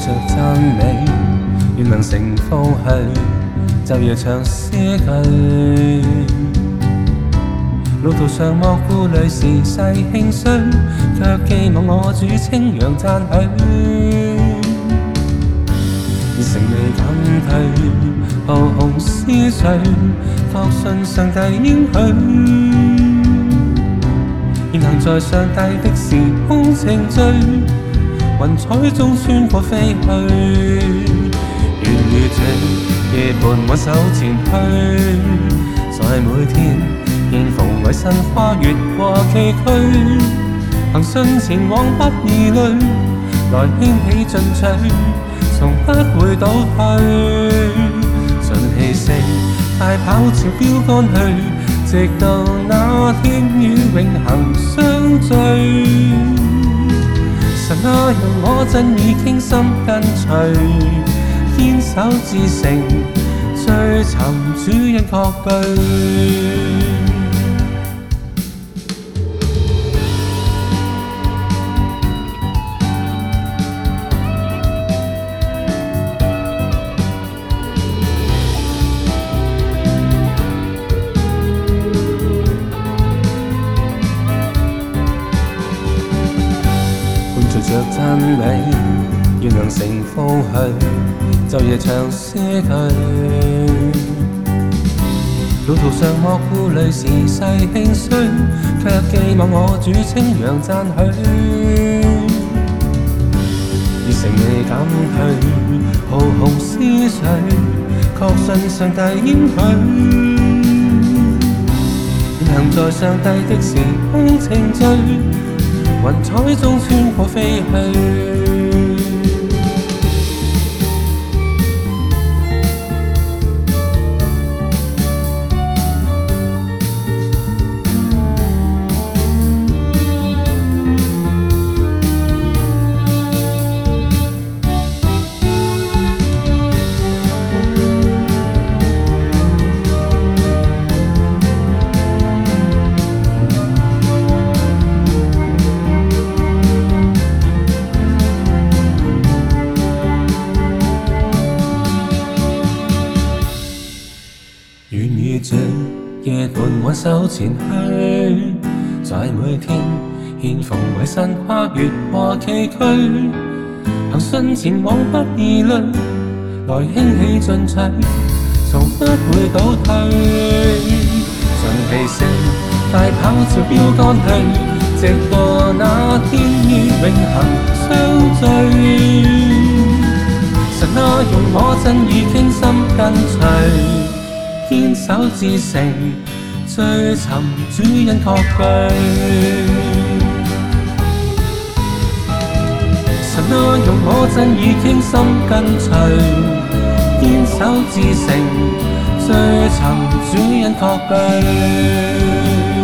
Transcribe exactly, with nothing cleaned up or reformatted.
着讚美，願能承負去，晝夜唱詩句。路途上莫顧慮時勢興衰，卻寄望我主稱揚讚許。熱誠未減退，浩浩思緒，確信上帝應許。現行在上帝的時空程序，雲彩中穿過飛去。願與這夜伴我手前去，在每天獻奉為神跨越過崎嶇，憑信前往不疑慮，來興起進取，從不會倒退。盡氣息快跑朝標杆去，直到那天與永恆相聚。神啊，讓我真意傾心跟隨，堅守至誠，追尋主恩確據。着讚美，願能承負去，晝夜唱詩句。路途上莫顧慮時勢興衰，卻寄望我主稱揚讚許。熱誠未減退，浩浩思緒，確信上帝應許。現行在上帝的時空程序，雲彩中穿過飛去。願以這夜伴我手前去，在每天獻奉為神跨越過崎嶇，憑信前往不疑慮，來興起進取，從不會倒退。盡氣息快跑朝標杆去，直到那天與永恆相聚。神啊，用我真意傾心跟隨，堅守至誠，追尋主恩確據。神啊，用我真意傾心跟隨，堅守至誠，追尋主恩確據。